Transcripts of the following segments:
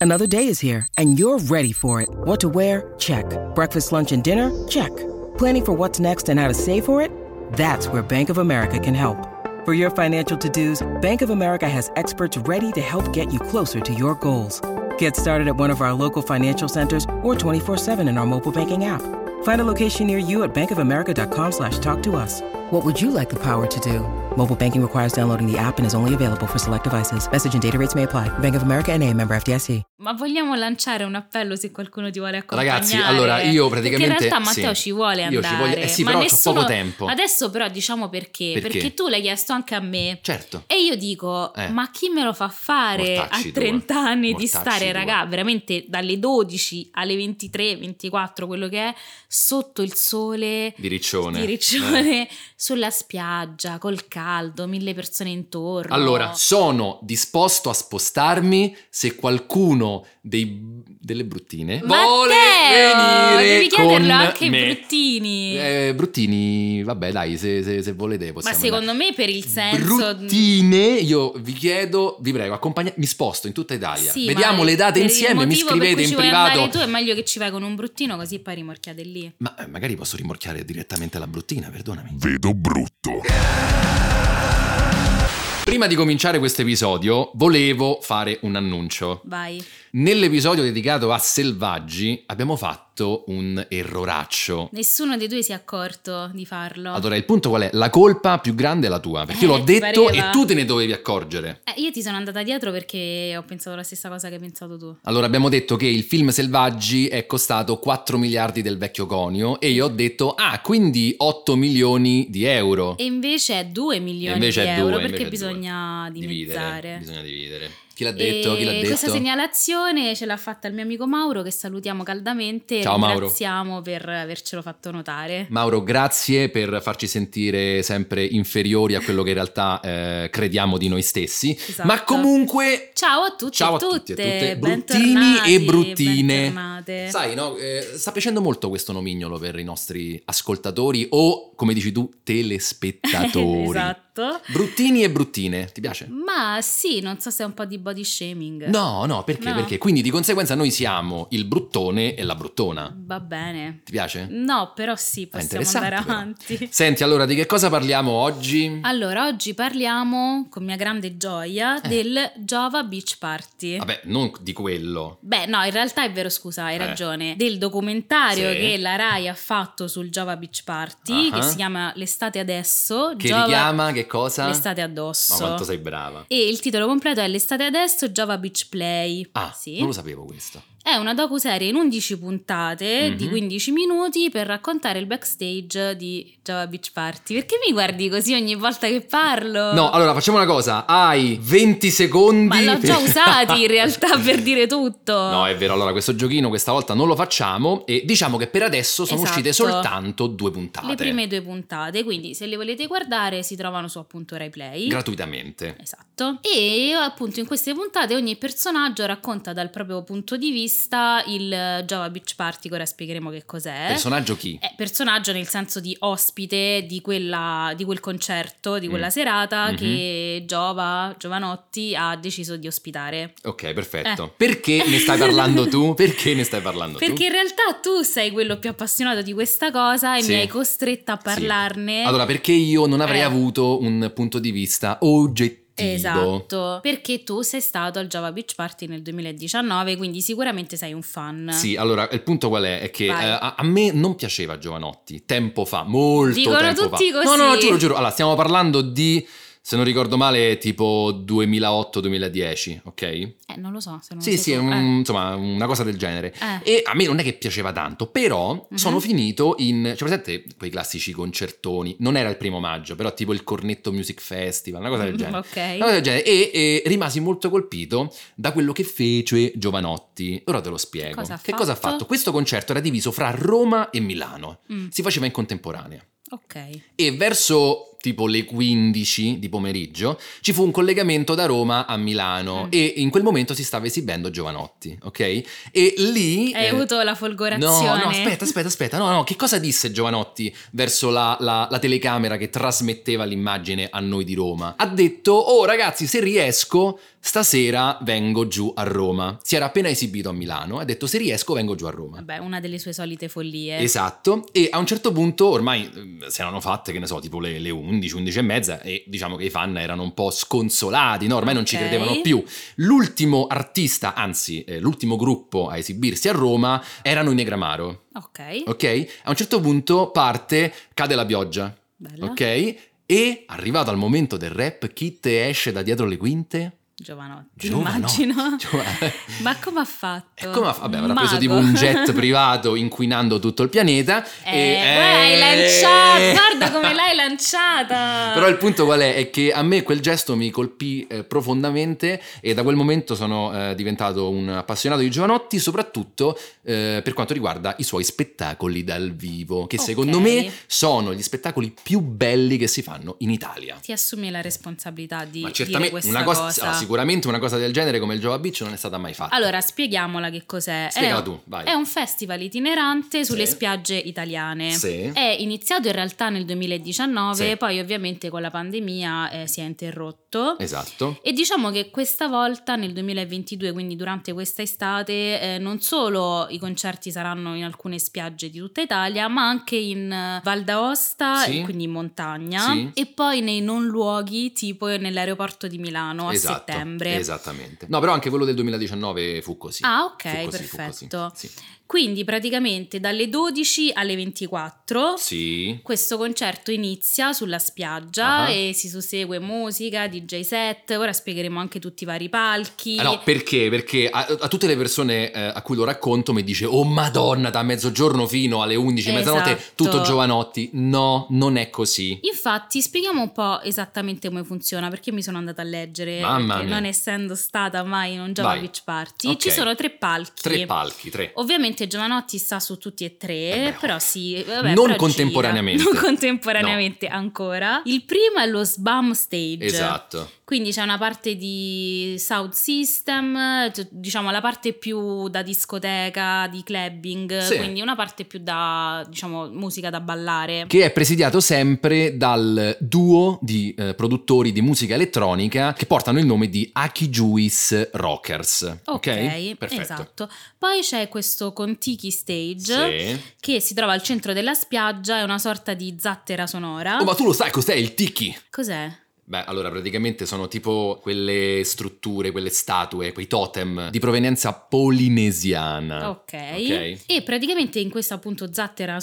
Another day is here, and you're ready for it. What to wear? Check. Breakfast, lunch, and dinner? Check. Planning for what's next and how to save for it? That's where Bank of America can help. For your financial to-dos, Bank of America has experts ready to help get you closer to your goals. Get started at one of our local financial centers or 24/7 in our mobile banking app. Find a location near you at bankofamerica.com/talktous. What would you like the power to do? Mobile banking requires downloading the app and is only available for select devices. Message and data rates may apply. Bank of America N.A., member FDIC. Ma vogliamo lanciare un appello se qualcuno ti vuole accompagnare? Ragazzi, allora io praticamente... Perché in realtà Matteo ci vuole andare. Io ci voglio, sì, ma però nessuno... c'ho poco tempo. Adesso però diciamo perché. Perché tu l'hai chiesto anche a me. Certo. E io dico, ma chi me lo fa fare Mortacci a 30 anni di Mortacci stare, raga, veramente dalle 12 alle 23, 24, quello che è, sotto il sole di riccione sulla spiaggia, col caldo, 1000 persone intorno. Allora, sono disposto a spostarmi se qualcuno delle bruttine vuole venire devi chiederlo anche me. ai bruttini. Bruttini, vabbè dai, se volete possiamo. Ma secondo me per il senso... Bruttine, io vi chiedo, vi prego, mi sposto in tutta Italia. Sì, vediamo le date insieme, mi scrivete in privato. Tu è meglio che ci vai con un bruttino così poi rimorchiate lì. Ma magari posso rimorchiare direttamente la bruttina, perdonami. Vedo brutto. Prima di cominciare questo episodio volevo fare un annuncio. Vai. Nell'episodio dedicato a Selvaggi abbiamo fatto un erroraccio. Nessuno dei due si è accorto di farlo. Allora il punto qual è? La colpa più grande è la tua, perché io l'ho detto pareva. e tu te ne dovevi accorgere. Io ti sono andata dietro perché ho pensato la stessa cosa che hai pensato tu. Allora abbiamo detto che il film Selvaggi è costato 4 miliardi del vecchio conio e io ho detto quindi 8 milioni di euro. E invece è 2 milioni di euro perché bisogna dimezzare. Bisogna dividere. Chi l'ha detto? Questa segnalazione ce l'ha fatta il mio amico Mauro, che salutiamo caldamente. Ciao Mauro. Ringraziamo per avercelo fatto notare. Mauro, grazie per farci sentire sempre inferiori a quello che in realtà crediamo di noi stessi. Esatto. Ma comunque ciao a tutti, ciao e a tutti e tutte, bentornati, bruttini e bruttine. Bentornate. Sai, no, sta piacendo molto questo nomignolo per i nostri ascoltatori o, come dici tu, telespettatori. Esatto. Bruttini e bruttine, ti piace? Ma sì, non so se è un po' di body shaming. No, perché? No. Perché quindi di conseguenza noi siamo il bruttone e la bruttona. Va bene. Ti piace? No, però sì, possiamo andare avanti. Però. Senti, allora di che cosa parliamo oggi? Allora, oggi parliamo, con mia grande gioia, del Jova Beach Party. Vabbè, non di quello. Beh, no, in realtà è vero, scusa, hai ragione. Del documentario che la Rai ha fatto sul Jova Beach Party, che si chiama L'estate adesso. Che richiama che cosa? L'estate addosso. Ma quanto sei brava. E il titolo completo è L'estate adesso Jova Beach Play. Sì? Non lo sapevo questo. È una docuserie in 11 puntate di 15 minuti per raccontare il backstage di Jova Beach Party. Perché mi guardi così ogni volta che parlo? No, allora facciamo una cosa. Hai 20 secondi. Ma l'ho già usati in realtà per dire tutto. No, è vero. Allora questo giochino questa volta non lo facciamo e diciamo che per adesso sono uscite soltanto 2 puntate. Le prime 2 puntate, quindi se le volete guardare si trovano su appunto Rai Play. Gratuitamente. Esatto. E appunto in queste puntate ogni personaggio racconta dal proprio punto di vista il Jova Beach Party, che ora spiegheremo che cos'è. Personaggio chi? Personaggio nel senso di ospite di quel concerto, di quella serata che Giovanotti ha deciso di ospitare. Ok, perfetto. Perché ne stai parlando tu? Perché ne stai parlando tu? Perché in realtà tu sei quello più appassionato di questa cosa e mi hai costretta a parlarne. Allora, perché io non avrei avuto un punto di vista oggettivo. Esatto, perché tu sei stato al Jova Beach Party nel 2019, quindi sicuramente sei un fan. Sì, allora il punto qual è? È che a me non piaceva Giovanotti tempo fa, molto Dicono tempo fa. tutti così. No, giuro. Allora, stiamo parlando di, se non ricordo male, tipo 2008-2010, ok? Non lo so. Se non sì, insomma, una cosa del genere. E a me non è che piaceva tanto, però sono finito in... Cioè, presente quei classici concertoni? Non era il 1° maggio, però tipo il Cornetto Music Festival, una cosa del genere. Ok. Una cosa del genere. E rimasi molto colpito da quello che fece Giovanotti. Ora te lo spiego. Cosa ha fatto? Questo concerto era diviso fra Roma e Milano. Si faceva in contemporanea. Ok. E verso tipo le 15 di pomeriggio ci fu un collegamento da Roma a Milano e in quel momento si stava esibendo Giovanotti, ok? E lì... Hai avuto la folgorazione. No, aspetta. No, che cosa disse Giovanotti verso la telecamera che trasmetteva l'immagine a noi di Roma? Ha detto: oh ragazzi, se riesco stasera vengo giù a Roma. Si era appena esibito a Milano, ha detto se riesco vengo giù a Roma. Vabbè, una delle sue solite follie. Esatto, e a un certo punto ormai si erano fatte, che ne so, tipo le 11, 11 e mezza, e diciamo che i fan erano un po' sconsolati, no? Ormai non ci credevano più. L'ultimo artista, anzi l'ultimo gruppo a esibirsi a Roma erano i Negramaro. Ok? A un certo punto parte Cade la pioggia. Bella. Ok? E arrivato al momento del rap, chi te esce da dietro le quinte? Giovanotti, immagino. Ma come ha fatto? Vabbè, avrà preso tipo un jet privato inquinando tutto il pianeta. L'hai lanciata! Guarda come l'hai lanciata! Però il punto qual è? È che a me quel gesto mi colpì profondamente e da quel momento sono diventato un appassionato di Giovanotti, soprattutto per quanto riguarda i suoi spettacoli dal vivo, che secondo me sono gli spettacoli più belli che si fanno in Italia. Ti assumi la responsabilità di Ma dire questa cosa? Sicuramente una cosa del genere come il Jova Beach non è stata mai fatta. Allora, spieghiamola che cos'è. Spiegala tu, vai. È un festival itinerante sulle spiagge italiane. Sì. È iniziato in realtà nel 2019, poi ovviamente con la pandemia si è interrotto. Esatto. E diciamo che questa volta, nel 2022, quindi durante questa estate, non solo i concerti saranno in alcune spiagge di tutta Italia, ma anche in Val d'Aosta, e quindi in montagna, e poi nei non luoghi, tipo nell'aeroporto di Milano a settembre. Esattamente. No, però anche quello del 2019 fu così. Ah, ok, perfetto. Quindi praticamente dalle 12 alle 24 questo concerto inizia sulla spiaggia e si sussegue musica, DJ set, ora spiegheremo anche tutti i vari palchi. No, perché? Perché a tutte le persone a cui lo racconto mi dice oh madonna, da mezzogiorno fino alle 11, mezzanotte tutto Giovanotti. No, non è così. Infatti spieghiamo un po' esattamente come funziona, perché mi sono andata a leggere, non essendo stata mai in un Jova Beach Party. Ci sono 3 palchi. 3 palchi, 3. Ovviamente Giovanotti sta su tutti e 3, però non però contemporaneamente. Non contemporaneamente ancora. Il primo è lo SBAM Stage. Esatto. Quindi c'è una parte di sound system, diciamo la parte più da discoteca, di clubbing, quindi una parte più da, diciamo, musica da ballare. Che è presidiato sempre dal duo di produttori di musica elettronica che portano il nome di Aki Juice Rockers. Ok? Perfetto. Esatto. Poi c'è questo Contiki Stage che si trova al centro della spiaggia, è una sorta di zattera sonora. Oh, ma tu lo sai cos'è il tiki? Cos'è? Beh, allora praticamente sono tipo quelle strutture, quelle statue, quei totem di provenienza polinesiana. Ok. E praticamente in questa appunto zattera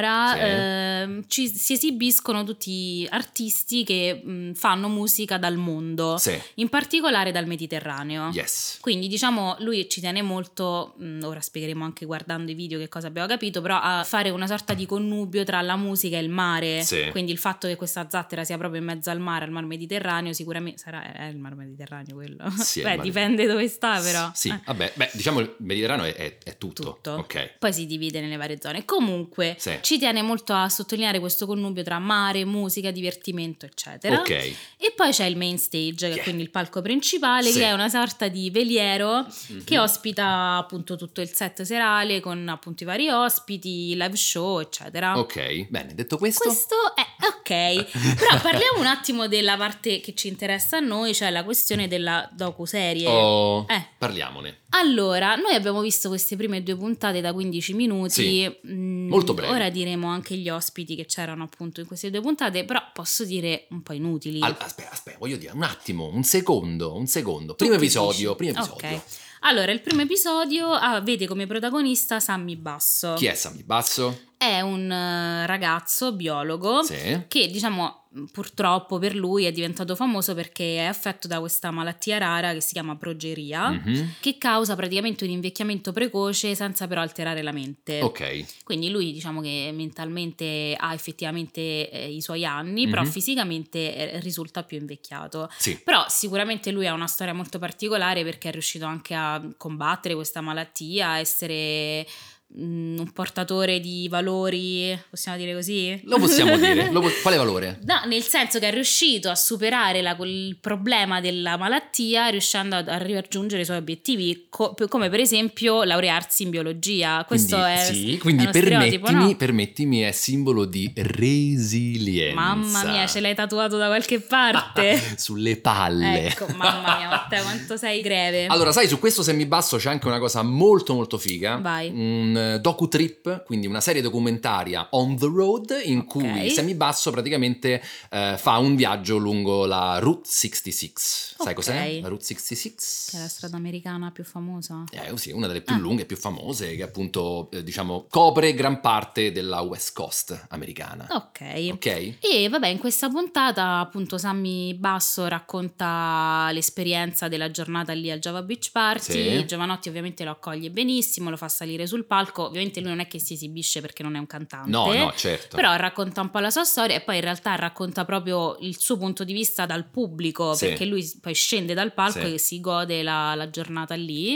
sonora si esibiscono tutti artisti che fanno musica dal mondo, in particolare dal Mediterraneo. Yes. Quindi diciamo lui ci tiene molto, ora spiegheremo anche guardando i video che cosa abbiamo capito, però a fare una sorta di connubio tra la musica e il mare. Quindi il fatto che questa zattera sia proprio in mezzo al Mar Mediterraneo, sicuramente sarà il Mar Mediterraneo quello. Dipende dove sta, però. Diciamo il Mediterraneo è tutto. Okay. Poi si divide nelle varie zone. Comunque ci tiene molto a sottolineare questo connubio tra mare, musica, divertimento, eccetera. E poi c'è il main stage, che è quindi il palco principale, che è una sorta di veliero che ospita appunto tutto il set serale con appunto i vari ospiti, live show, eccetera. Ok, bene, detto questo è ok. Però parliamo un attimo della parte che ci interessa a noi, cioè la questione della docuserie. Parliamone. Allora, noi abbiamo visto queste prime 2 puntate da 15 minuti. Molto brevi. Ora diremo anche gli ospiti che c'erano appunto in queste 2 puntate, però posso dire un po' inutili. Aspetta, voglio dire un attimo, un secondo. Primo episodio. Ok. Allora, il primo episodio vede come protagonista Sammy Basso. Chi è Sammy Basso? È un ragazzo biologo che, diciamo, purtroppo per lui è diventato famoso perché è affetto da questa malattia rara che si chiama progeria, che causa praticamente un invecchiamento precoce senza però alterare la mente. Quindi lui, diciamo che mentalmente ha effettivamente i suoi anni, però fisicamente risulta più invecchiato. Però sicuramente lui ha una storia molto particolare perché è riuscito anche a combattere questa malattia, a essere un portatore di valori, possiamo dire così? Lo possiamo dire. Quale valore? No, nel senso che è riuscito a superare il problema della malattia riuscendo a raggiungere i suoi obiettivi, come per esempio laurearsi in biologia. Questo quindi no? permettimi, è simbolo di resilienza. Mamma mia, ce l'hai tatuato da qualche parte? Sulle palle. Ecco, mamma mia, Matteo, quanto sei greve. Allora, sai, su questo semibasso c'è anche una cosa molto molto figa. Vai. Un docu-trip, quindi una serie documentaria on the road in cui Semibasso praticamente fa un viaggio lungo la Route 66. Sai cos'è? La Route 66? Che è la strada americana più famosa. Sì, una delle più lunghe e più famose, che appunto diciamo copre gran parte della West Coast americana. Ok. E vabbè, in questa puntata appunto Sammy Basso racconta l'esperienza della giornata lì al Java Beach Party. Giovanotti ovviamente lo accoglie benissimo, lo fa salire sul palco. Ovviamente lui non è che si esibisce perché non è un cantante, no, certo, però racconta un po' la sua storia e poi in realtà racconta proprio il suo punto di vista dal pubblico, perché lui poi scende dal palco e si gode la giornata lì.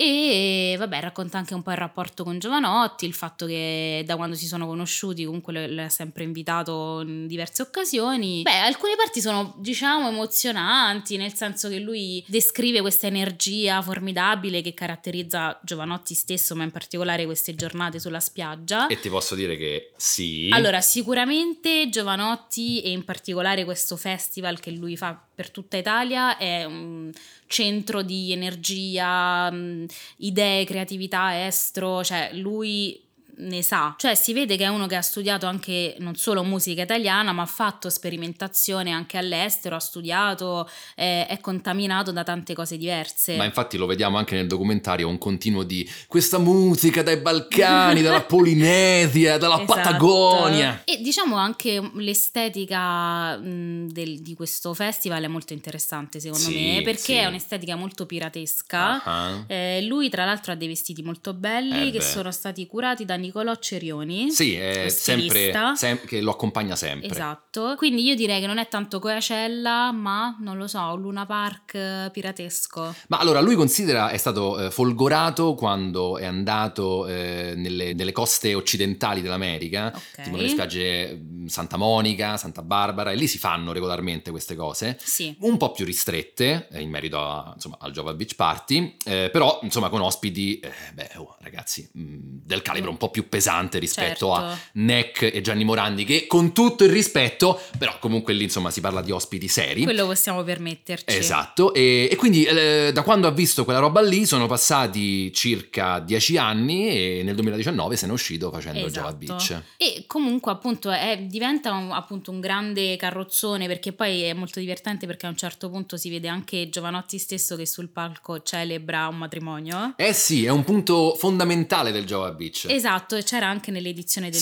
E vabbè, racconta anche un po' il rapporto con Giovanotti, il fatto che da quando si sono conosciuti comunque l'ha sempre invitato in diverse occasioni. Alcune parti sono, diciamo, emozionanti, nel senso che lui descrive questa energia formidabile che caratterizza Giovanotti stesso, ma in particolare queste giornate sulla spiaggia. E ti posso dire che sì. Allora, sicuramente Giovanotti e in particolare questo festival che lui fa per tutta Italia è un centro di energia, idee, creatività, estro, cioè lui ne sa, cioè si vede che è uno che ha studiato anche non solo musica italiana, ma ha fatto sperimentazione anche all'estero, ha studiato, è contaminato da tante cose diverse. Ma infatti lo vediamo anche nel documentario, un continuo di questa musica dai Balcani, dalla Polinesia, dalla Patagonia. E diciamo anche l'estetica di questo festival è molto interessante secondo me, perché è un'estetica molto piratesca. Lui tra l'altro ha dei vestiti molto belli che sono stati curati da Nicolò Cerioni. Sì, è sempre che lo accompagna sempre. Esatto. Quindi io direi che non è tanto Coachella, ma non lo so, un Luna Park piratesco. Ma allora lui è stato folgorato quando è andato nelle coste occidentali dell'America, tipo nelle spiagge Santa Monica, Santa Barbara, e lì si fanno regolarmente queste cose. Sì. Un po' più ristrette in merito al Java Beach Party, però insomma con ospiti, ragazzi, del calibro un po' più pesante rispetto a Neck e Gianni Morandi, che con tutto il rispetto, però comunque lì insomma si parla di ospiti seri. Quello possiamo permetterci. Esatto, e quindi da quando ha visto quella roba lì sono passati circa 10 anni e nel 2019 se n'è uscito facendo Java Beach. E comunque appunto diventa appunto un grande carrozzone, perché poi è molto divertente perché a un certo punto si vede anche Giovanotti stesso che sul palco celebra un matrimonio. Sì, è un punto fondamentale del Java Beach. Esatto, e c'era anche nell'edizione del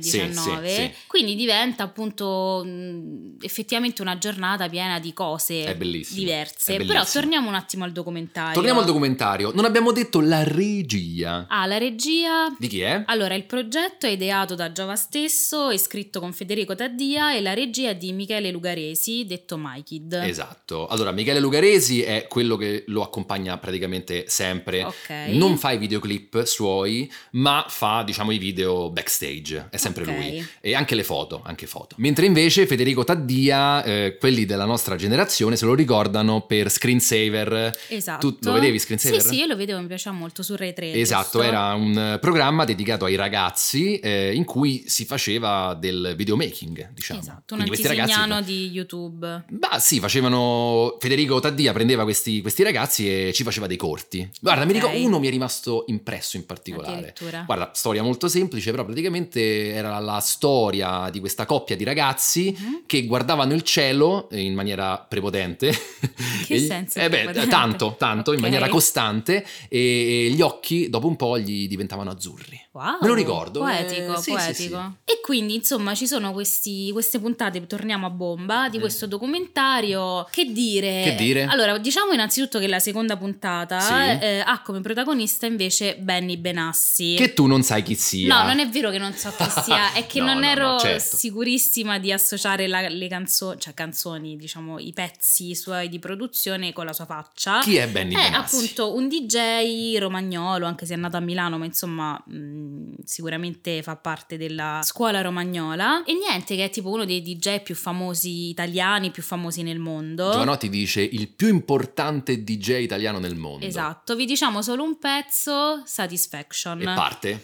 2019, sì. Quindi diventa appunto effettivamente una giornata piena di cose diverse. Però torniamo un attimo al documentario. Torniamo al documentario. Non abbiamo detto la regia. La regia di chi è? Allora, il progetto è ideato da Giova stesso e scritto con Federico Taddia, e la regia è di Michele Lugaresi, detto Mykid. Esatto. Allora, Michele Lugaresi è quello che lo accompagna praticamente sempre. Non fa i videoclip suoi, ma fa diciamo i video backstage, è sempre lui, e anche le foto, mentre invece Federico Taddia, quelli della nostra generazione se lo ricordano per Screensaver. Esatto. Tu lo vedevi Screensaver? Sì, io lo vedevo, mi piaceva molto su Rai 3. Esatto, giusto? Era un programma dedicato ai ragazzi in cui si faceva del videomaking, diciamo. Esatto, un antesignano di YouTube. Sì, Federico Taddia prendeva questi ragazzi e ci faceva dei corti. Guarda, mi ricordo, uno mi è rimasto impresso in particolare. Guarda, storia molto semplice, però praticamente era la storia di questa coppia di ragazzi che guardavano il cielo in maniera prepotente. Che senso? Tanto, in maniera costante, e gli occhi dopo un po' gli diventavano azzurri. Wow, me lo ricordo. Poetico. Sì. E quindi insomma ci sono queste puntate, torniamo a bomba, di questo documentario. Che dire? Allora, diciamo innanzitutto che la seconda puntata ha come protagonista invece Benny Benassi. Che tu non sai chi sia. No, non è vero che non so chi sia, è che non ero certo. sicurissima di associare le canzoni, diciamo i pezzi suoi di produzione con la sua faccia. Chi è Benny Benassi? È appunto un DJ romagnolo, anche se è nato a Milano, ma insomma sicuramente fa parte della scuola romagnola, e niente, che è tipo uno dei DJ più famosi italiani, più famosi nel mondo. Giovanotti dice il più importante DJ italiano nel mondo. Esatto, vi diciamo solo un pezzo, Satisfaction. E parte.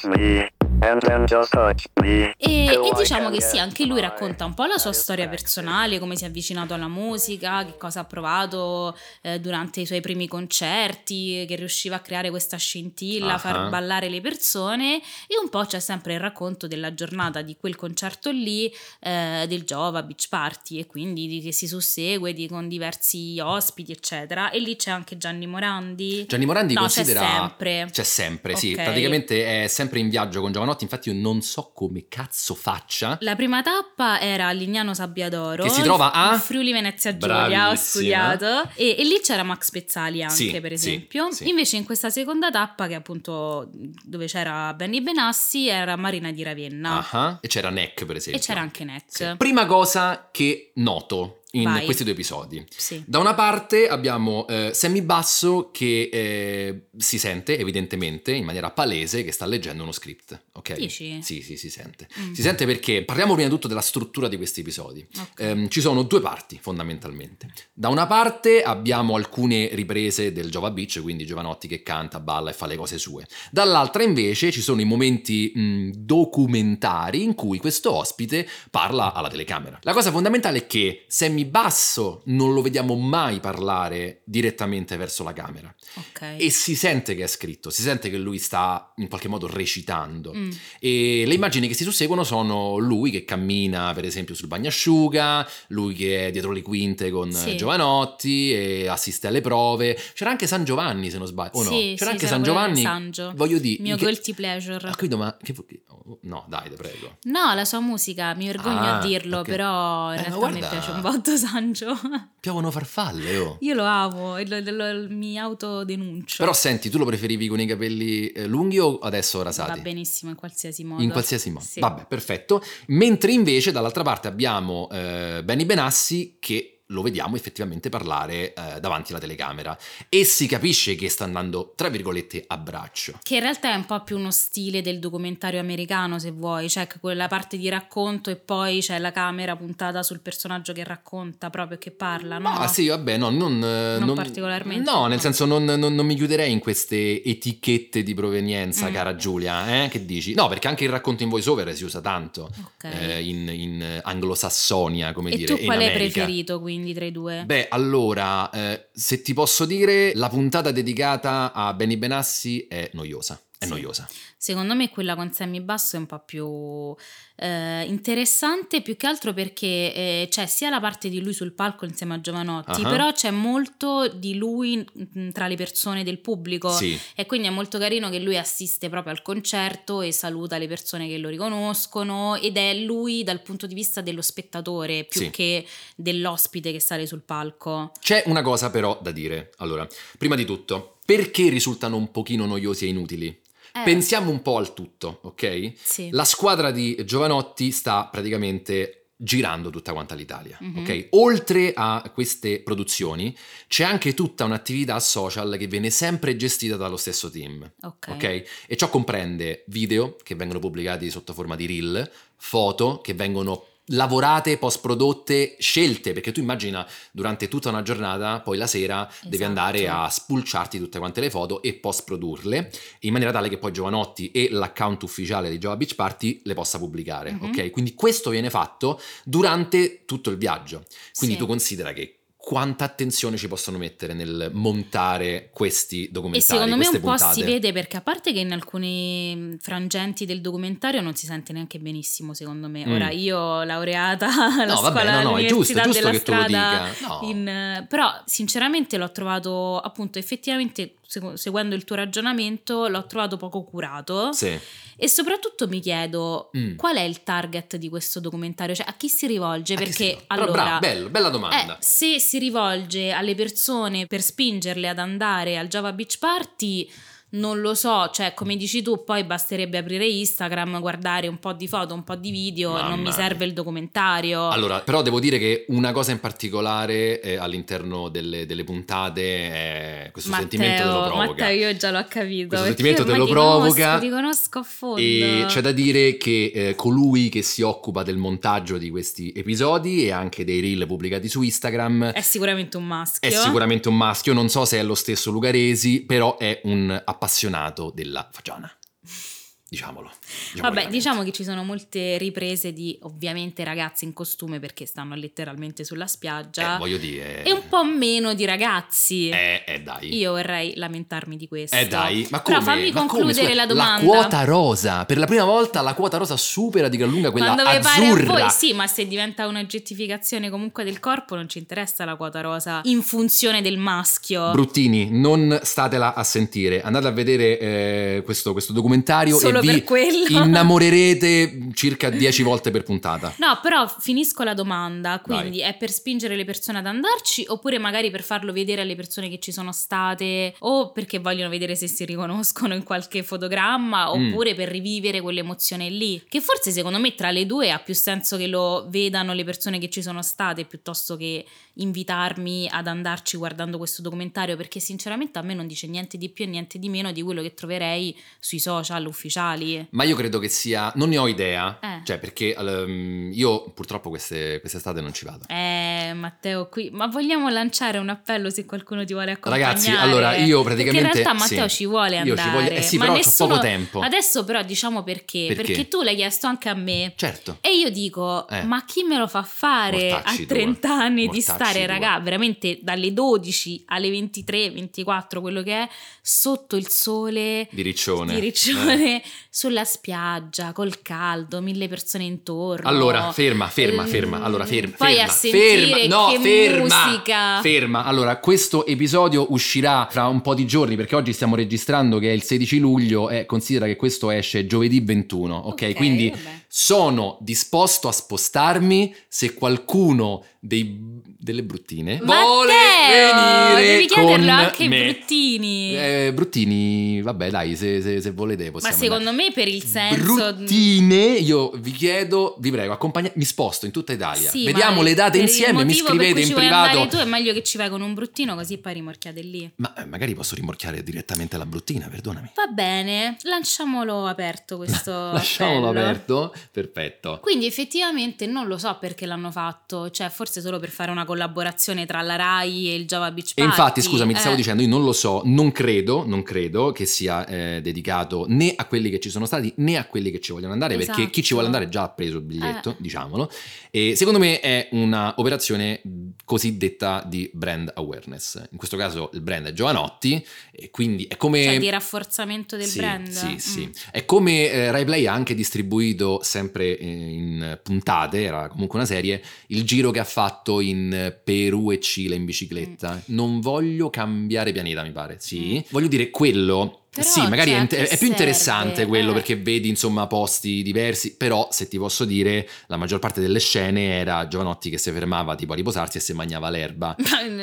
E diciamo che sì, anche lui racconta un po' la sua storia personale, come si è avvicinato alla musica, che cosa ha provato durante i suoi primi concerti, che riusciva a creare questa scintilla, a far ballare le persone, e un po' c'è sempre il racconto della giornata di quel concerto lì, del Jova Beach Party, e quindi che si sussegue con diversi ospiti eccetera. E lì c'è anche Gianni Morandi. Considera c'è sempre okay. Sì, praticamente è sempre in viaggio con Giovanotti. Infatti io non so come cazzo faccia. La prima tappa era a Lignano Sabbiadoro, che si trova a Friuli Venezia Giulia. Ho studiato e lì c'era Max Pezzali anche, sì, per esempio. Sì. Invece in questa seconda tappa, che appunto dove c'era Benny Benassi, era Marina di Ravenna. E c'era Neck, per esempio. E c'era anche Neck. Sì. Prima cosa che noto in questi due episodi. Sì. Da una parte abbiamo Sammy Basso che si sente evidentemente in maniera palese che sta leggendo uno script, ok? Dici? Sì, si sente. Si sente perché parliamo prima di tutto della struttura di questi episodi. Okay. Ci sono due parti fondamentalmente. Da una parte abbiamo alcune riprese del Jova Beach, quindi Giovanotti che canta, balla e fa le cose sue. Dall'altra invece ci sono i momenti documentari in cui questo ospite parla alla telecamera. La cosa fondamentale è che Sammy Basso non lo vediamo mai parlare direttamente verso la camera, okay. E si sente che è scritto, si sente che lui sta in qualche modo recitando, e le immagini che si susseguono sono lui che cammina per esempio sul bagnasciuga, lui che è dietro le quinte con Giovanotti e assiste alle prove. C'era anche San Giovanni, se non sbaglio, o no? C'era anche San Giovanni, Sangio. Voglio dire, mio guilty pleasure. Ma no, dai, te prego. No, la sua musica, mi vergogno a dirlo, okay. Però in realtà mi piace un botto Sangio. Piovono farfalle, oh. Io lo amo e mi autodenuncio. Però senti, tu lo preferivi con i capelli lunghi o adesso rasati? Va benissimo in qualsiasi modo. In qualsiasi modo, sì. Vabbè, perfetto. Mentre invece dall'altra parte abbiamo Benny Benassi che lo vediamo effettivamente parlare davanti alla telecamera e si capisce che sta andando tra virgolette a braccio, che in realtà è un po' più uno stile del documentario americano, se vuoi, cioè quella parte di racconto e poi c'è la camera puntata sul personaggio che racconta, proprio che parla, no? Ah sì, vabbè, no, non particolarmente, no, nel senso non mi chiuderei in queste etichette di provenienza, cara Giulia, che dici? No, perché anche il racconto in voice over si usa tanto, okay. In Anglosassonia, come e dire, tu qual in hai America. Preferito quindi tra i due? Beh, allora, se ti posso dire, la puntata dedicata a Benny Benassi è noiosa. È noiosa. Secondo me quella con Sammy Basso è un po' più interessante, più che altro perché c'è sia la parte di lui sul palco insieme a Giovanotti, però c'è molto di lui tra le persone del pubblico, e quindi è molto carino che lui assiste proprio al concerto e saluta le persone che lo riconoscono, ed è lui dal punto di vista dello spettatore più che dell'ospite che sale sul palco. C'è una cosa però da dire. Allora, prima di tutto, perché risultano un pochino noiosi e inutili? Pensiamo un po' al tutto, ok? Sì. La squadra di Giovanotti sta praticamente girando tutta quanta l'Italia, ok? Oltre a queste produzioni c'è anche tutta un'attività social che viene sempre gestita dallo stesso team, ok? E ciò comprende video che vengono pubblicati sotto forma di reel, foto che vengono lavorate, post prodotte, scelte, perché tu immagina durante tutta una giornata, poi la sera devi andare a spulciarti tutte quante le foto e post produrle in maniera tale che poi Giovanotti e l'account ufficiale di Jova Beach Party le possa pubblicare, ok? Quindi questo viene fatto durante tutto il viaggio, quindi tu considera che quanta attenzione ci possono mettere nel montare questi documentari, e secondo me un puntate. Po' si vede, perché a parte che in alcuni frangenti del documentario non si sente neanche benissimo, secondo me. Ora io laureata alla scuola all'università della che strada, però sinceramente l'ho trovato, appunto, effettivamente seguendo il tuo ragionamento l'ho trovato poco curato, e soprattutto mi chiedo qual è il target di questo documentario, cioè a chi si rivolge, perché allora bella domanda. Se si rivolge alle persone per spingerle ad andare al Jova Beach Party, Non lo so, cioè come dici tu, poi basterebbe aprire Instagram, guardare un po' di foto, un po' di video, non mi serve il documentario. Allora, però devo dire che una cosa in particolare all'interno delle puntate è questo sentimento te lo provoca. Matteo, io già l'ho capito. Questo sentimento te lo provoca. Ti conosco a fondo. E c'è da dire che colui che si occupa del montaggio di questi episodi e anche dei reel pubblicati su Instagram è sicuramente un maschio. Non so se è lo stesso Lucaresi, però è un appassionato della fagiana. Diciamolo. Vabbè, diciamo che ci sono molte riprese di ovviamente ragazzi in costume perché stanno letteralmente sulla spiaggia. Voglio dire. E un po' meno di ragazzi. Dai. Io vorrei lamentarmi di questo. Dai. Ma come? Però fammi concludere la domanda. La quota rosa. Per la prima volta la quota rosa supera di gran lunga quella azzurra. Quando vi pare a voi, sì, ma se diventa un'oggettificazione comunque del corpo non ci interessa la quota rosa in funzione del maschio. Bruttini, non statela a sentire. Andate a vedere questo documentario solo e vi innamorerete circa 10 volte per puntata. No, però finisco la domanda, quindi è per spingere le persone ad andarci oppure magari per farlo vedere alle persone che ci sono state o perché vogliono vedere se si riconoscono in qualche fotogramma oppure per rivivere quell'emozione lì, che forse secondo me tra le due ha più senso che lo vedano le persone che ci sono state piuttosto che invitarmi ad andarci guardando questo documentario, perché sinceramente a me non dice niente di più e niente di meno di quello che troverei sui social ufficiali. Ma io credo che sia, non ne ho idea, cioè perché io purtroppo quest'estate non ci vado. Matteo, qui, ma vogliamo lanciare un appello se qualcuno ti vuole accompagnare? Ragazzi, allora io praticamente perché in realtà Matteo ci vuole andare. Sì, ma però nessuno... c'ho poco tempo. Adesso però diciamo perché tu l'hai chiesto anche a me. Certo. E io dico, ma chi me lo fa fare a 30 anni di stare, raga, veramente dalle 12 alle 23, 24, quello che è, sotto il sole di Riccione sulla spiaggia, col caldo, 1000 persone intorno. Allora, ferma. Allora, poi a sentire musica. Ferma. Allora, questo episodio uscirà fra un po' di giorni, perché oggi stiamo registrando che è il 16 luglio e considera che questo esce giovedì 21, ok? Quindi sono disposto a spostarmi se qualcuno delle bruttine vuole venire devi chiederlo anche me. Ai bruttini. Bruttini, vabbè dai, se volete possiamo. Ma secondo me per il senso bruttine, io vi chiedo, vi prego, mi sposto in tutta Italia. Sì, vediamo le date insieme, mi scrivete in privato. Tu è meglio che ci vai con un bruttino così poi rimorchiate lì. Ma magari posso rimorchiare direttamente la bruttina, perdonami. Va bene, lasciamolo aperto questo lasciamolo aperto, perfetto. Quindi effettivamente non lo so perché l'hanno fatto, cioè forse solo per fare una collaborazione tra la Rai e il Java Beach Party. E infatti, scusami, ti stavo dicendo, io non lo so, non credo che sia dedicato né a quelli che ci sono stati né a quelli che ci vogliono andare, perché chi ci vuole andare già ha preso il biglietto, diciamolo. E secondo me è una operazione cosiddetta di brand awareness. In questo caso il brand è Giovanotti e quindi è come... Cioè di rafforzamento del brand. Sì. È come Rai Play ha anche distribuito sempre in puntate, era comunque una serie, il giro che ha fatto in Perù e Cile in bicicletta. Non voglio cambiare pianeta, mi pare. Voglio dire, quello... Però, sì, magari cioè, è più interessante quello perché vedi insomma posti diversi, però se ti posso dire la maggior parte delle scene era Giovanotti che si fermava tipo a riposarsi e si mangiava l'erba.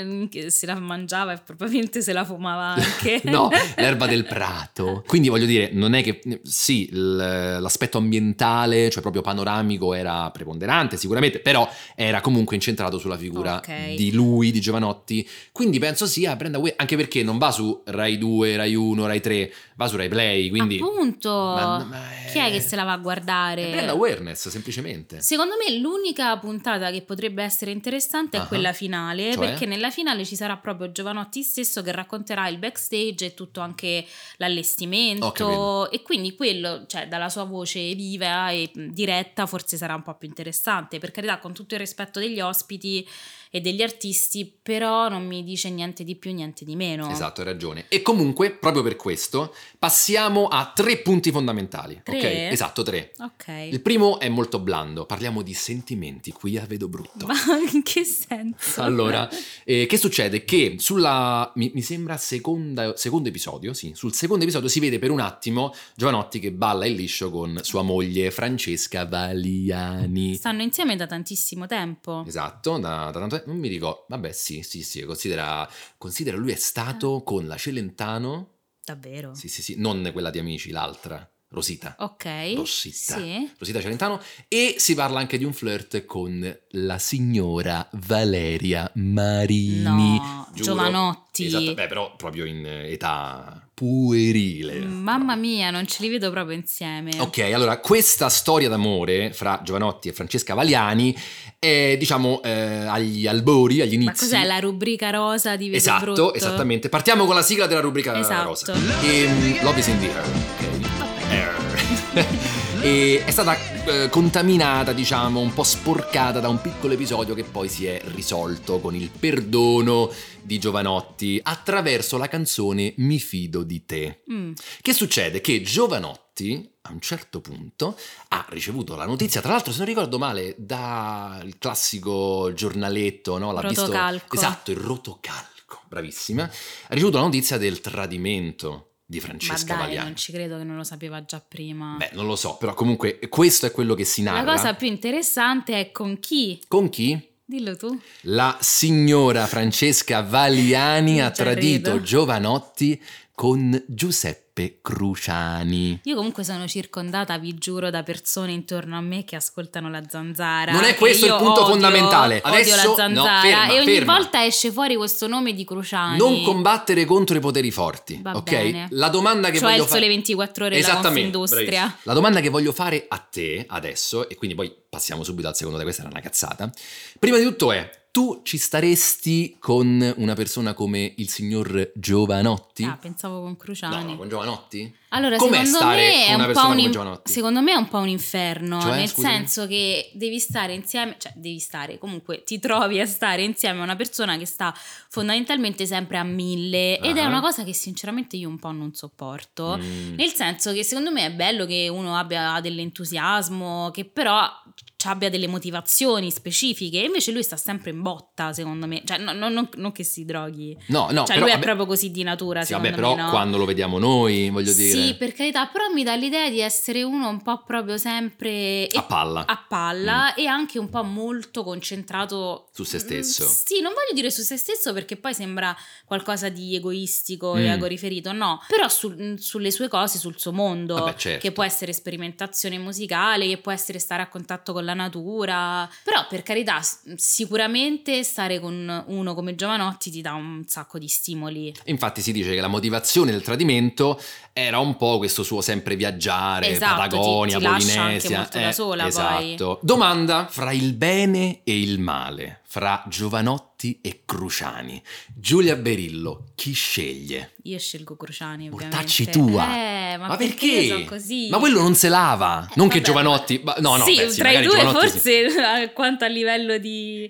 Se la mangiava e probabilmente se la fumava anche. No, l'erba del prato. Quindi voglio dire, non è che sì, l'aspetto ambientale, cioè proprio panoramico era preponderante sicuramente, però era comunque incentrato sulla figura di lui, di Giovanotti. Quindi penso sia brand awareness, anche perché non va su Rai 2, Rai 1, Rai 3, va su Rai Play, quindi appunto chi è che se la va a guardare? È brand awareness semplicemente. Secondo me l'unica puntata che potrebbe essere interessante è quella finale, perché nella finale ci sarà proprio Giovanotti stesso che racconterà il backstage e tutto anche l'allestimento e quindi quello, cioè dalla sua voce viva e diretta forse sarà un po' più interessante, per carità, con tutto il rispetto degli ospiti e degli artisti, però non mi dice niente di più, niente di meno. Esatto, hai ragione. E comunque, proprio per questo, passiamo a 3 punti fondamentali. 3? Ok? Esatto, 3. Ok. Il primo è molto blando, parliamo di sentimenti, qui a vedo brutto. Ma in che senso? Allora, che succede? Che sulla, mi sembra secondo episodio, sì, sul secondo episodio si vede per un attimo Giovanotti che balla il liscio con sua moglie Francesca Valiani. Stanno insieme da tantissimo tempo. Esatto, da tanto tempo. Non mi ricordo, vabbè sì, considera lui è stato con la Celentano Davvero? Sì, non quella di Amici, l'altra. Rosita. Ok. Rosita. Sì. Rosita Celentano. E si parla anche di un flirt con la signora Valeria Marini. No, giuro. Giovanotti. Esatto, però proprio in età puerile. Mamma mia, non ce li vedo proprio insieme. Ok, allora questa storia d'amore fra Giovanotti e Francesca Valiani è, diciamo, agli albori, agli inizi. Ma cos'è la rubrica rosa di Vedo Esatto, Brutto? esattamente. Partiamo con la sigla della rubrica Esatto. rosa. Love is in the air. E è stata contaminata, diciamo, un po' sporcata da un piccolo episodio che poi si è risolto con il perdono di Giovanotti attraverso la canzone Mi fido di te. Che succede? Che Giovanotti a un certo punto ha ricevuto la notizia, tra l'altro se non ricordo male, dal classico giornaletto, no? L'ha Rotocalco. visto, esatto, il Rotocalco, bravissima. Ha ricevuto la notizia del tradimento di Francesca Valiani. Valiani. Non ci credo che non lo sapeva già prima. Beh, non lo so, però comunque questo è quello che si narra. La cosa più interessante è con chi? Con chi? Dillo tu. La signora Francesca Valiani ha tradito credo. Giovanotti con Giuseppe Cruciani. Io comunque sono circondata, vi giuro, da persone intorno a me che ascoltano la Zanzara. Non è questo il punto fondamentale. Odio Adesso la Zanzara, ferma, e ogni ferma. volta esce fuori questo nome di Cruciani. Non combattere contro i poteri forti, Va ok? bene. La domanda che Cioè voglio il Sole 24 Ore, la Esattamente, Confindustria. bravissima. La domanda che voglio fare a te adesso, e quindi poi passiamo subito al secondo, questa era una cazzata. Prima di tutto tu ci staresti con una persona come il signor Giovanotti? Ah, pensavo con Cruciani. No, con Giovanotti? Allora, Com'è secondo stare me è con una un po' persona come Giovanotti? secondo me è un po' un inferno, Cioè, nel scusami? senso che devi stare insieme, cioè devi stare, comunque ti trovi a stare insieme a una persona che sta fondamentalmente sempre a 1000 ed è Ah. una cosa che sinceramente io un po' non sopporto, nel senso che secondo me è bello che uno abbia dell'entusiasmo, che però abbia delle motivazioni specifiche, invece lui sta sempre in botta, secondo me, cioè non che si droghi, No, cioè però, lui è vabbè, proprio così di natura, sì, secondo vabbè, però me, no? quando lo vediamo noi, voglio dire, Sì, per carità, però mi dà l'idea di essere uno un po' proprio sempre a palla, e anche un po' molto concentrato su se stesso. Sì, non voglio dire su se stesso perché poi sembra qualcosa di egoistico e egoriferito, no, però sulle sue cose, sul suo mondo, Vabbè, certo. che può essere sperimentazione musicale, che può essere stare a contatto con la natura, però per carità sicuramente stare con uno come Giovanotti ti dà un sacco di stimoli. Infatti si dice che la motivazione del tradimento era un po' questo suo sempre viaggiare, Esatto, Patagonia, ti lascia Polinesia. anche molto da sola, esatto. Domanda: fra il bene e il male, fra Giovanotti e Cruciani, Giulia Berillo, chi sceglie? Io scelgo Cruciani, ovviamente. Mortacci tua! Ma perché? io sono così? Ma quello non se lava, non che vabbè, Giovanotti, no, sì, beh, tra i magari due Giovanotti forse quanto a livello di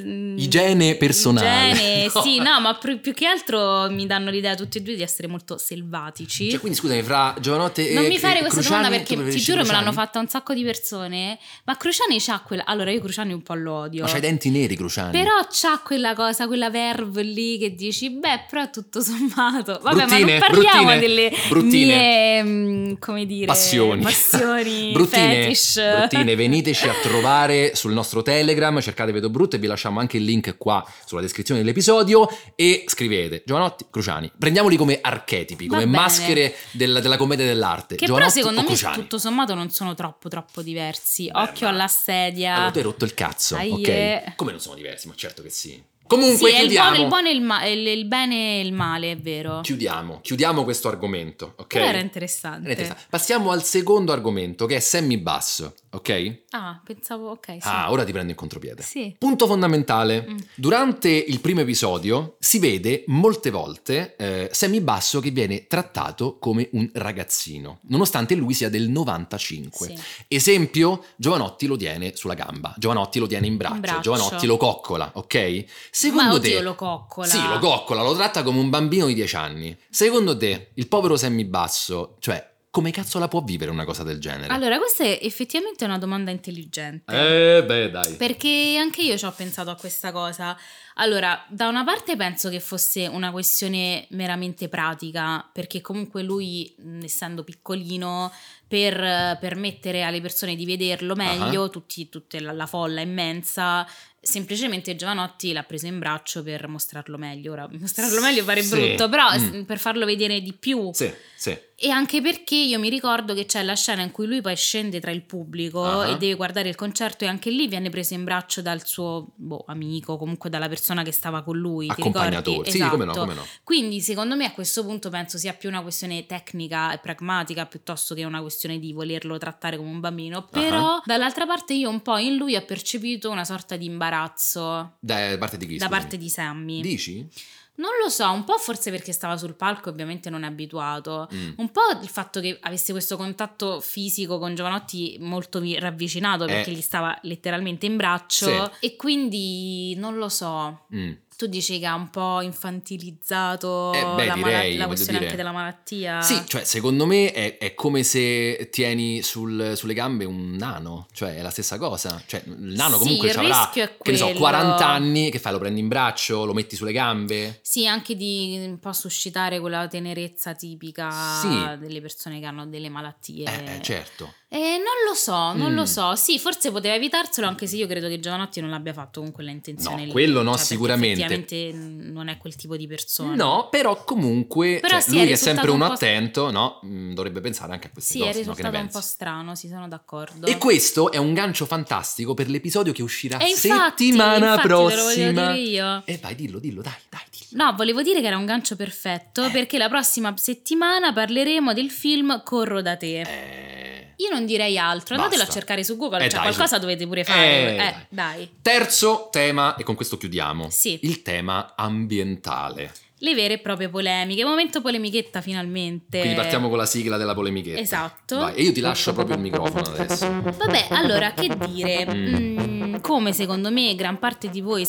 igiene personale. igiene, No. sì, no, ma più che altro mi danno l'idea tutti e due di essere molto selvatici. Cioè, quindi scusami, fra Giovanotti e Non mi fare e questa Cruciani, domanda tu perché ti preferisci giuro me Cruciani? l'hanno fatta un sacco di persone, ma Cruciani c'ha quella... Allora io Cruciani un po' lo odio. Ma c'hai i denti neri, Cruciani. Però c'ha quella cosa, quella verve lì che dici, beh, però tutto sommato. Vabbè, Bruttine, ma non parliamo bruttine, delle bruttine. mie, come dire, Passioni, bruttine, fetish. bruttine, veniteci a trovare sul nostro Telegram, cercate Vedo Brutto e vi lasciamo anche il link qua sulla descrizione dell'episodio e scrivete Giovanotti, Cruciani, prendiamoli come archetipi, Va come bene. maschere della commedia dell'arte. Che Giovanotti però secondo o me Cruciani? tutto sommato non sono troppo diversi. Beh, Occhio ma- alla sedia. Allora tu hai rotto il cazzo, Aie. ok? Come non sono diversi? Ma certo che sì. Comunque Sì, è chiudiamo. il buono e il bene e il male, è vero. Chiudiamo questo argomento, ok? Però era interessante. Passiamo al secondo argomento che è Sammy Bass, ok? Ah, pensavo, ok, sì. Ah, ora ti prendo in contropiede. Sì. Punto fondamentale. Durante il primo episodio si vede molte volte Sammy Basso che viene trattato come un ragazzino, nonostante lui sia del 95. Sì. Esempio, Giovanotti lo tiene sulla gamba, Giovanotti lo tiene in braccio. Giovanotti lo coccola, ok? Secondo Ma oddio, te lo coccola. Sì, lo coccola, lo tratta come un bambino di 10 anni. Secondo te, il povero Sammy Basso, cioè, come cazzo la può vivere una cosa del genere? Allora, questa è effettivamente una domanda intelligente. Beh, dai. Perché anche io ci ho pensato a questa cosa. Allora, da una parte penso che fosse una questione meramente pratica, perché comunque lui, essendo piccolino, per permettere alle persone di vederlo meglio, tutta la folla immensa, semplicemente Jovanotti l'ha preso in braccio per mostrarlo meglio. Ora, mostrarlo meglio pare brutto, però per farlo vedere di più. Sì. E anche perché io mi ricordo che c'è la scena in cui lui poi scende tra il pubblico e deve guardare il concerto, e anche lì viene preso in braccio dal suo amico, comunque dalla persona che stava con lui. Accompagnatore, sì, esatto. come no. Quindi secondo me a questo punto penso sia più una questione tecnica e pragmatica piuttosto che una questione di volerlo trattare come un bambino. Però dall'altra parte io un po' in lui ho percepito una sorta di imbarazzo. Da parte di chi? Da parte di Sammy. Dici? Non lo so, un po' forse perché stava sul palco e ovviamente non è abituato, un po' il fatto che avesse questo contatto fisico con Jovanotti molto ravvicinato perché gli stava letteralmente in braccio, e quindi non lo so. Tu dici che ha un po' infantilizzato la questione anche della malattia? Sì, cioè secondo me è come se tieni sulle gambe un nano, cioè è la stessa cosa. Cioè il nano comunque avrà, che ne so, 40 anni, che fai? Lo prendi in braccio, lo metti sulle gambe? Sì, anche di un po' suscitare quella tenerezza tipica delle persone che hanno delle malattie. Certo. Non lo so, sì, forse poteva evitarselo, anche se io credo che Jovanotti non l'abbia fatto con quella intenzione. No, quello no, cioè, sicuramente. Effettivamente non è quel tipo di persona. No, però comunque lui è sempre uno attento, no? Dovrebbe pensare anche a queste cose. Sì, è risultato un po' strano, sì, sono d'accordo. E questo è un gancio fantastico per l'episodio che uscirà settimana prossima. Te lo volevo dire io. Vai, dillo, dai, dillo. No, volevo dire che era un gancio perfetto, perché la prossima settimana parleremo del film Corro da te. Io non direi altro, andatelo a cercare su Google, qualcosa dovete pure fare. Dai. Terzo tema, e con questo chiudiamo. Sì. Il tema ambientale. Le vere e proprie polemiche, momento polemichetta finalmente. Quindi partiamo con la sigla della polemichetta. Esatto. Vai, e io ti lascio proprio il microfono adesso. Vabbè, allora, che dire? Come secondo me gran parte di voi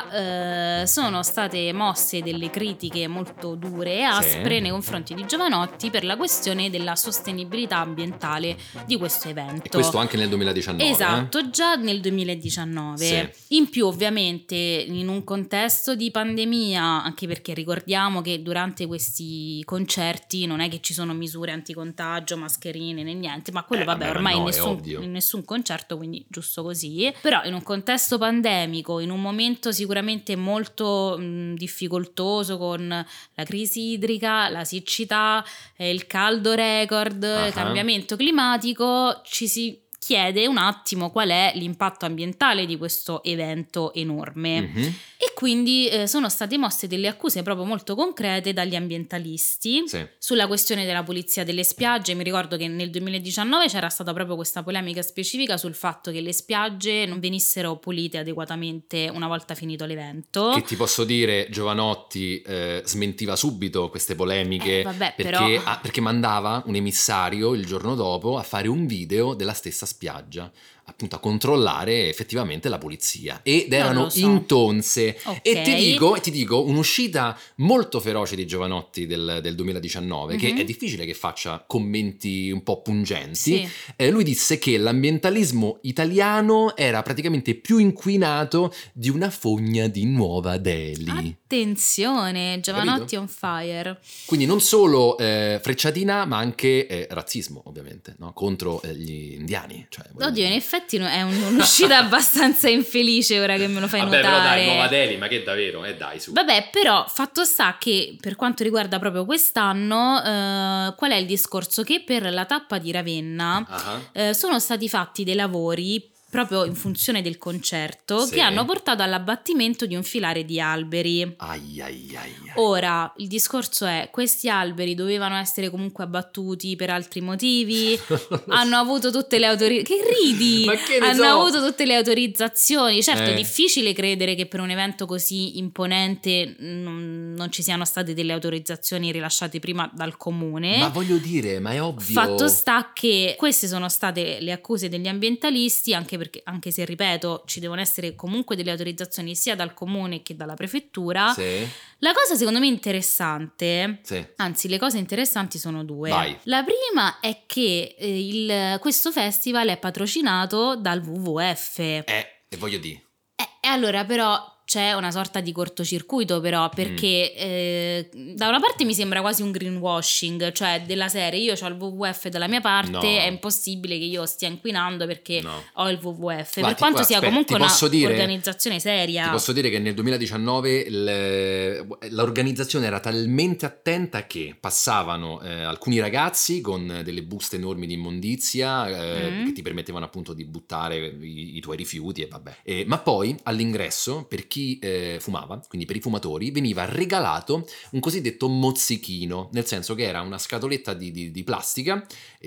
saprà, sono state mosse delle critiche molto dure e aspre nei confronti di Jovanotti per la questione della sostenibilità ambientale di questo evento. E questo anche nel 2019. Esatto, già nel 2019. Sì. In più, ovviamente, in un contesto di pandemia, anche perché ricordiamo che durante questi concerti non è che ci sono misure anticontagio, mascherine né niente, ma quello ormai in nessun concerto, quindi giusto così. Però in un contesto pandemico, in un momento sicuramente molto difficoltoso, con la crisi idrica, la siccità, il caldo record, il cambiamento climatico, ci si chiede un attimo qual è l'impatto ambientale di questo evento enorme. E quindi sono state mosse delle accuse proprio molto concrete dagli ambientalisti sulla questione della pulizia delle spiagge. Mi ricordo che nel 2019 c'era stata proprio questa polemica specifica sul fatto che le spiagge non venissero pulite adeguatamente una volta finito l'evento. Che ti posso dire, Jovanotti smentiva subito queste polemiche, perché mandava un emissario il giorno dopo a fare un video della stessa spiaggia, appunto a controllare effettivamente la pulizia, ed erano intonse. E ti dico un'uscita molto feroce di Jovanotti del 2019, che è difficile che faccia commenti un po' pungenti. Lui disse che l'ambientalismo italiano era praticamente più inquinato di una fogna di Nuova Delhi. Attenzione, Jovanotti on fire. Quindi non solo frecciatina, ma anche razzismo, ovviamente, no? Contro gli indiani. Oddio, in effetti è un'uscita abbastanza infelice ora che me lo fai notare. Però dai, Nuova Delhi, ma che davvero? Dai, su. Vabbè, però fatto sta che per quanto riguarda proprio quest'anno, qual è il discorso? Che per la tappa di Ravenna sono stati fatti dei lavori proprio in funzione del concerto che hanno portato all'abbattimento di un filare di alberi. Ora, il discorso è: questi alberi dovevano essere comunque abbattuti per altri motivi, hanno avuto tutte le autorizzazioni. Che ridi? Ma che ne hanno so? avuto tutte le autorizzazioni. Certo, è difficile credere che per un evento così imponente non ci siano state delle autorizzazioni rilasciate prima dal comune. Ma voglio dire, ma è ovvio. Fatto sta che queste sono state le accuse degli ambientalisti, anche se, ripeto, ci devono essere comunque delle autorizzazioni sia dal comune che dalla prefettura. La cosa secondo me interessante, anzi le cose interessanti sono due. Vai. La prima è che questo festival è patrocinato dal WWF. E voglio dire. Allora però c'è una sorta di cortocircuito però, perché da una parte mi sembra quasi un greenwashing, cioè della serie io ho il WWF dalla mia parte, è impossibile che io stia inquinando perché ho il WWF, per quanto sia comunque un'organizzazione seria. Ti posso dire che nel 2019 l'organizzazione era talmente attenta che passavano alcuni ragazzi con delle buste enormi di immondizia che ti permettevano appunto di buttare i tuoi rifiuti e vabbè. Ma poi all'ingresso per chi fumava, quindi per i fumatori, veniva regalato un cosiddetto mozzichino, nel senso che era una scatoletta di plastica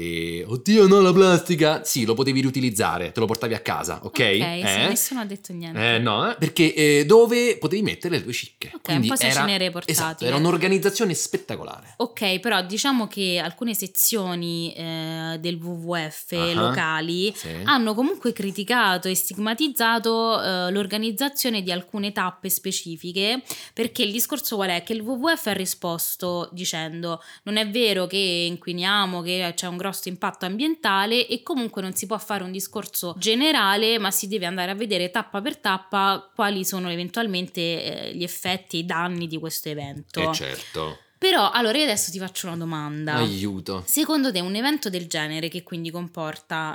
e oddio no la plastica, sì, lo potevi riutilizzare, te lo portavi a casa, ok? Sì, nessuno ha detto niente. No, perché dove potevi mettere le tue cicche. Ok, quindi un po' sacinere portatile. Esatto, era un'organizzazione spettacolare. Ok, però diciamo che alcune sezioni del WWF locali hanno comunque criticato e stigmatizzato l'organizzazione di alcune tappe specifiche, perché il discorso qual è? Che il WWF ha risposto dicendo non è vero che inquiniamo, che c'è un grosso impatto ambientale e comunque non si può fare un discorso generale, ma si deve andare a vedere tappa per tappa quali sono eventualmente gli effetti e i danni di questo evento. Certo. Però allora io adesso ti faccio una domanda. Aiuto. Secondo te un evento del genere, che quindi comporta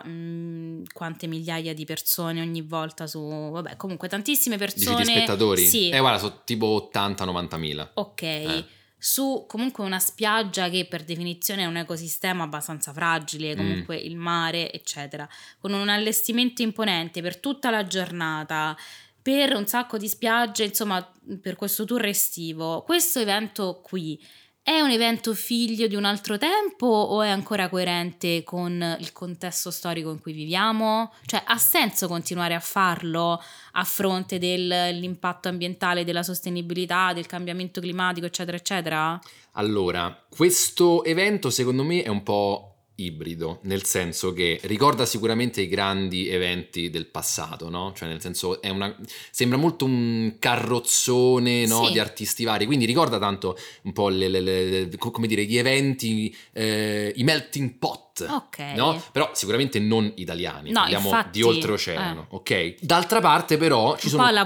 quante migliaia di persone ogni volta vabbè, comunque tantissime persone. Dici di spettatori? Sì. Guarda, sono tipo 80-90 mila. Ok. Su comunque una spiaggia che per definizione è un ecosistema abbastanza fragile, comunque il mare eccetera, con un allestimento imponente per tutta la giornata, per un sacco di spiagge, insomma per questo tour estivo, questo evento qui è un evento figlio di un altro tempo o è ancora coerente con il contesto storico in cui viviamo? Cioè ha senso continuare a farlo a fronte dell'impatto ambientale, della sostenibilità, del cambiamento climatico eccetera eccetera? Allora, questo evento secondo me è un po' ibrido, nel senso che ricorda sicuramente i grandi eventi del passato, no? Cioè nel senso sembra molto un carrozzone, no? Di artisti vari, quindi ricorda tanto un po' come dire, gli eventi, i melting pot, no? Però sicuramente non italiani, parliamo infatti, di oltreoceano, ok? D'altra parte però ci sono un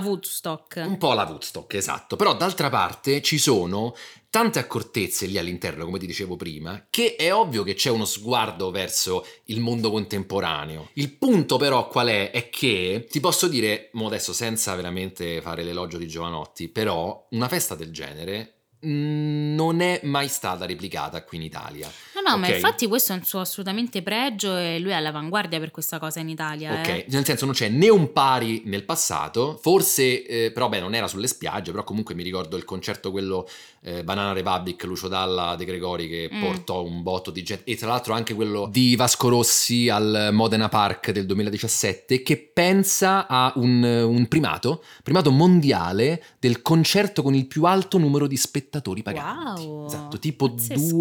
po' la Woodstock, esatto, però d'altra parte ci sono tante accortezze lì all'interno, come ti dicevo prima, che è ovvio che c'è uno sguardo verso il mondo contemporaneo. Il punto però qual è? È che ti posso dire, adesso senza veramente fare l'elogio di Giovanotti, però una festa del genere non è mai stata replicata qui in Italia. No, ma infatti questo è un suo assolutamente pregio e lui è all'avanguardia per questa cosa in Italia. Ok, nel senso non c'è né un pari nel passato, forse, però non era sulle spiagge, però comunque mi ricordo il concerto quello Banana Republic, Lucio Dalla, De Gregori, che portò un botto di gente, e tra l'altro anche quello di Vasco Rossi al Modena Park del 2017, che pensa a un primato mondiale del concerto con il più alto numero di spettatori paganti. Wow, esatto, tipo pazzesco.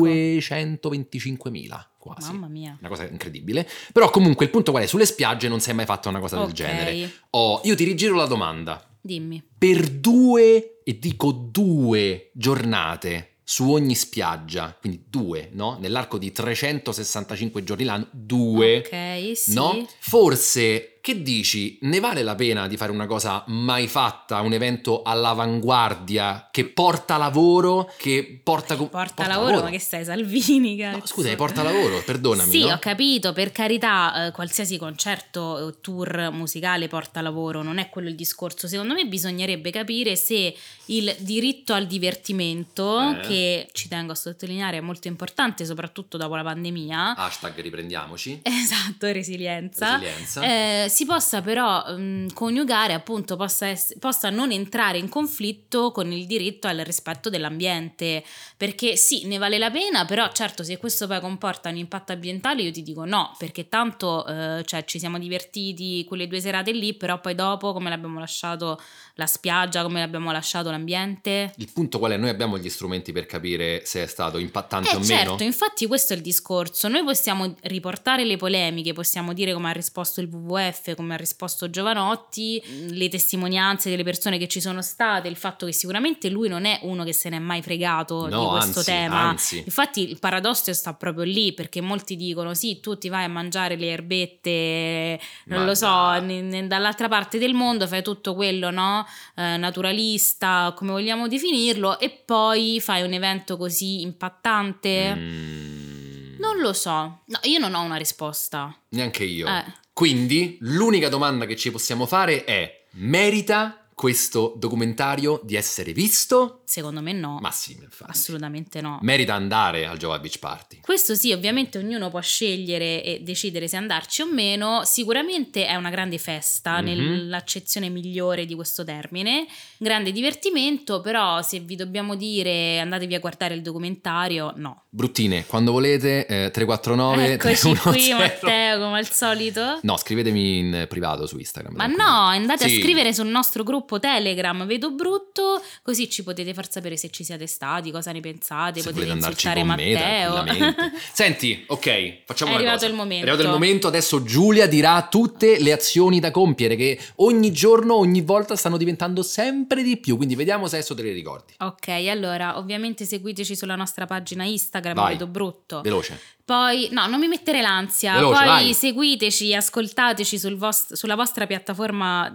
225.000 quasi. Mamma mia. Una cosa incredibile. Però comunque il punto qual è? Sulle spiagge non si è mai fatta una cosa del genere. Io ti rigiro la domanda. Dimmi. Per 2, e dico 2 giornate su ogni spiaggia, quindi 2, no? Nell'arco di 365 giorni l'anno, 2. Ok, sì. No? Forse, che dici, ne vale la pena di fare una cosa mai fatta, un evento all'avanguardia che porta lavoro, che porta lavoro? Ma che stai, Salvini? Cazzo. No, scusa, porta lavoro, perdonami. Sì, no? ho capito, per carità, qualsiasi concerto o tour musicale porta lavoro, non è quello il discorso. Secondo me bisognerebbe capire se il diritto al divertimento, che ci tengo a sottolineare è molto importante, soprattutto dopo la pandemia. Hashtag riprendiamoci. Esatto, resilienza. Si possa però coniugare, appunto, possa non entrare in conflitto con il diritto al rispetto dell'ambiente, perché sì, ne vale la pena, però certo se questo poi comporta un impatto ambientale io ti dico no, perché tanto ci siamo divertiti quelle 2 serate lì, però poi dopo come l'abbiamo lasciato la spiaggia, come l'abbiamo lasciato l'ambiente. Il punto qual è? Noi abbiamo gli strumenti per capire se è stato impattante o meno. Certo, infatti questo è il discorso. Noi possiamo riportare le polemiche, possiamo dire come ha risposto il WWF, F come ha risposto Giovanotti, le testimonianze delle persone che ci sono state, il fatto che sicuramente lui non è uno che se n'è mai fregato di questo tema. Anzi. Infatti il paradosso sta proprio lì, perché molti dicono sì, tu ti vai a mangiare le erbette, non lo so, dall'altra parte del mondo, fai tutto quello, no? Naturalista, come vogliamo definirlo, e poi fai un evento così impattante. Non lo so, no, io non ho una risposta. Neanche io. Quindi l'unica domanda che ci possiamo fare è: merita questo documentario di essere visto? Secondo me no. Ma sì, infatti. Assolutamente no. Merita andare al Jova Beach Party. Questo sì, ovviamente ognuno può scegliere e decidere se andarci o meno. Sicuramente è una grande festa, nell'accezione migliore di questo termine. Grande divertimento, però se vi dobbiamo dire andatevi a guardare il documentario, no. Bruttine, quando volete, 349 Eccoci 310. qui, Matteo, come al solito. No, scrivetemi in privato su Instagram. Ma no, andate a scrivere sul nostro gruppo Telegram Vedo Brutto, così ci potete far sapere se ci siete stati, cosa ne pensate, se potete insultare Matteo. Senti, ok, facciamo una cosa. È arrivato il momento, adesso Giulia dirà tutte le azioni da compiere che ogni giorno, ogni volta stanno diventando sempre di più, quindi vediamo se adesso te le ricordi. Ok, allora, ovviamente seguiteci sulla nostra pagina Instagram, Vai. Vedo Brutto. Veloce. Poi, no, non mi mettere l'ansia. Veloce, poi vai. Seguiteci, ascoltateci sulla vostra piattaforma.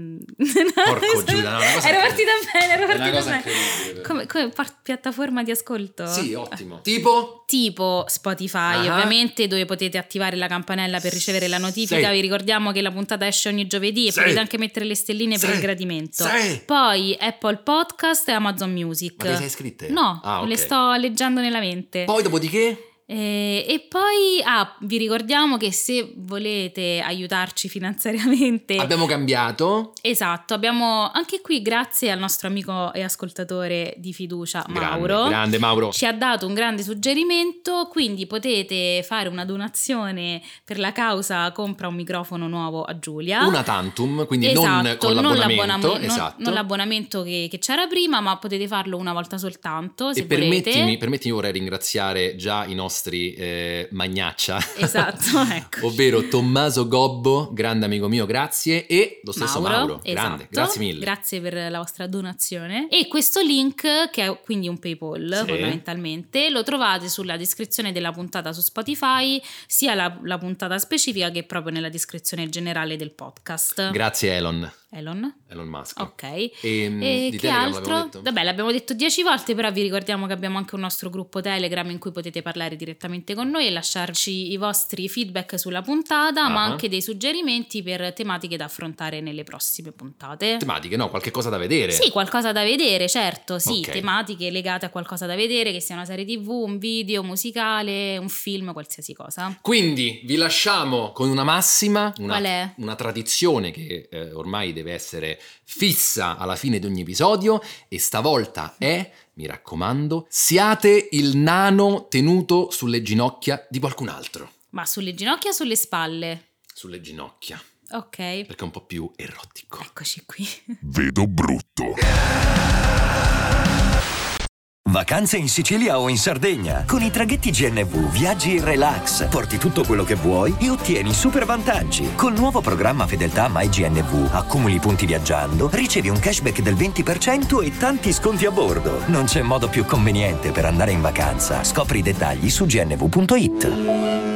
Porco Giulia, no, ero partita bene, È una cosa incredibile. Come piattaforma di ascolto? Sì, ottimo. Tipo Spotify, ovviamente, dove potete attivare la campanella per ricevere la notifica. Vi ricordiamo che la puntata esce ogni giovedì e potete anche mettere le stelline per il gradimento. Poi Apple Podcast e Amazon Music. Ma te le sei iscritte? No, okay. Le sto leggendo nella mente. Poi dopodiché? E poi vi ricordiamo che se volete aiutarci finanziariamente abbiamo cambiato. Esatto, abbiamo anche qui, grazie al nostro amico e ascoltatore di fiducia Mauro, grande Mauro, ci ha dato un grande suggerimento, quindi potete fare una donazione per la causa Compra un microfono nuovo a Giulia, una tantum, quindi esatto, non con l'abbonamento, esatto. non l'abbonamento che c'era prima, ma potete farlo una volta soltanto, se e volete. Permettimi, vorrei ringraziare già i nostri magnaccia, esatto, ecco. ovvero Tommaso Gobbo, grande amico mio, grazie, e lo stesso Mauro, grande, esatto. grazie mille, grazie per la vostra donazione. E questo link, che è quindi un PayPal fondamentalmente, lo trovate sulla descrizione della puntata su Spotify, sia la puntata specifica che proprio nella descrizione generale del podcast. Grazie Elon Musk. Ok. E che altro? Vabbè, l'abbiamo detto 10 volte, però vi ricordiamo che abbiamo anche un nostro gruppo Telegram in cui potete parlare direttamente con noi e lasciarci i vostri feedback sulla puntata, ma anche dei suggerimenti per tematiche da affrontare nelle prossime puntate. Tematiche, no? Qualche cosa da vedere? Sì, qualcosa da vedere, certo, sì, okay. Tematiche legate a qualcosa da vedere, che sia una serie TV, un video musicale, un film, qualsiasi cosa. Quindi vi lasciamo con una massima, Qual è? Una tradizione che ormai deve essere fissa alla fine di ogni episodio, e stavolta è, mi raccomando, siate il nano tenuto sulle ginocchia di qualcun altro. Ma sulle ginocchia o sulle spalle? Sulle ginocchia. Ok. Perché è un po' più erotico. Eccoci qui. Vedo Brutto. Vacanze in Sicilia o in Sardegna. Con i traghetti GNV viaggi in relax, porti tutto quello che vuoi e ottieni super vantaggi. Col nuovo programma Fedeltà MyGNV accumuli punti viaggiando, ricevi un cashback del 20% e tanti sconti a bordo. Non c'è modo più conveniente per andare in vacanza. Scopri i dettagli su gnv.it.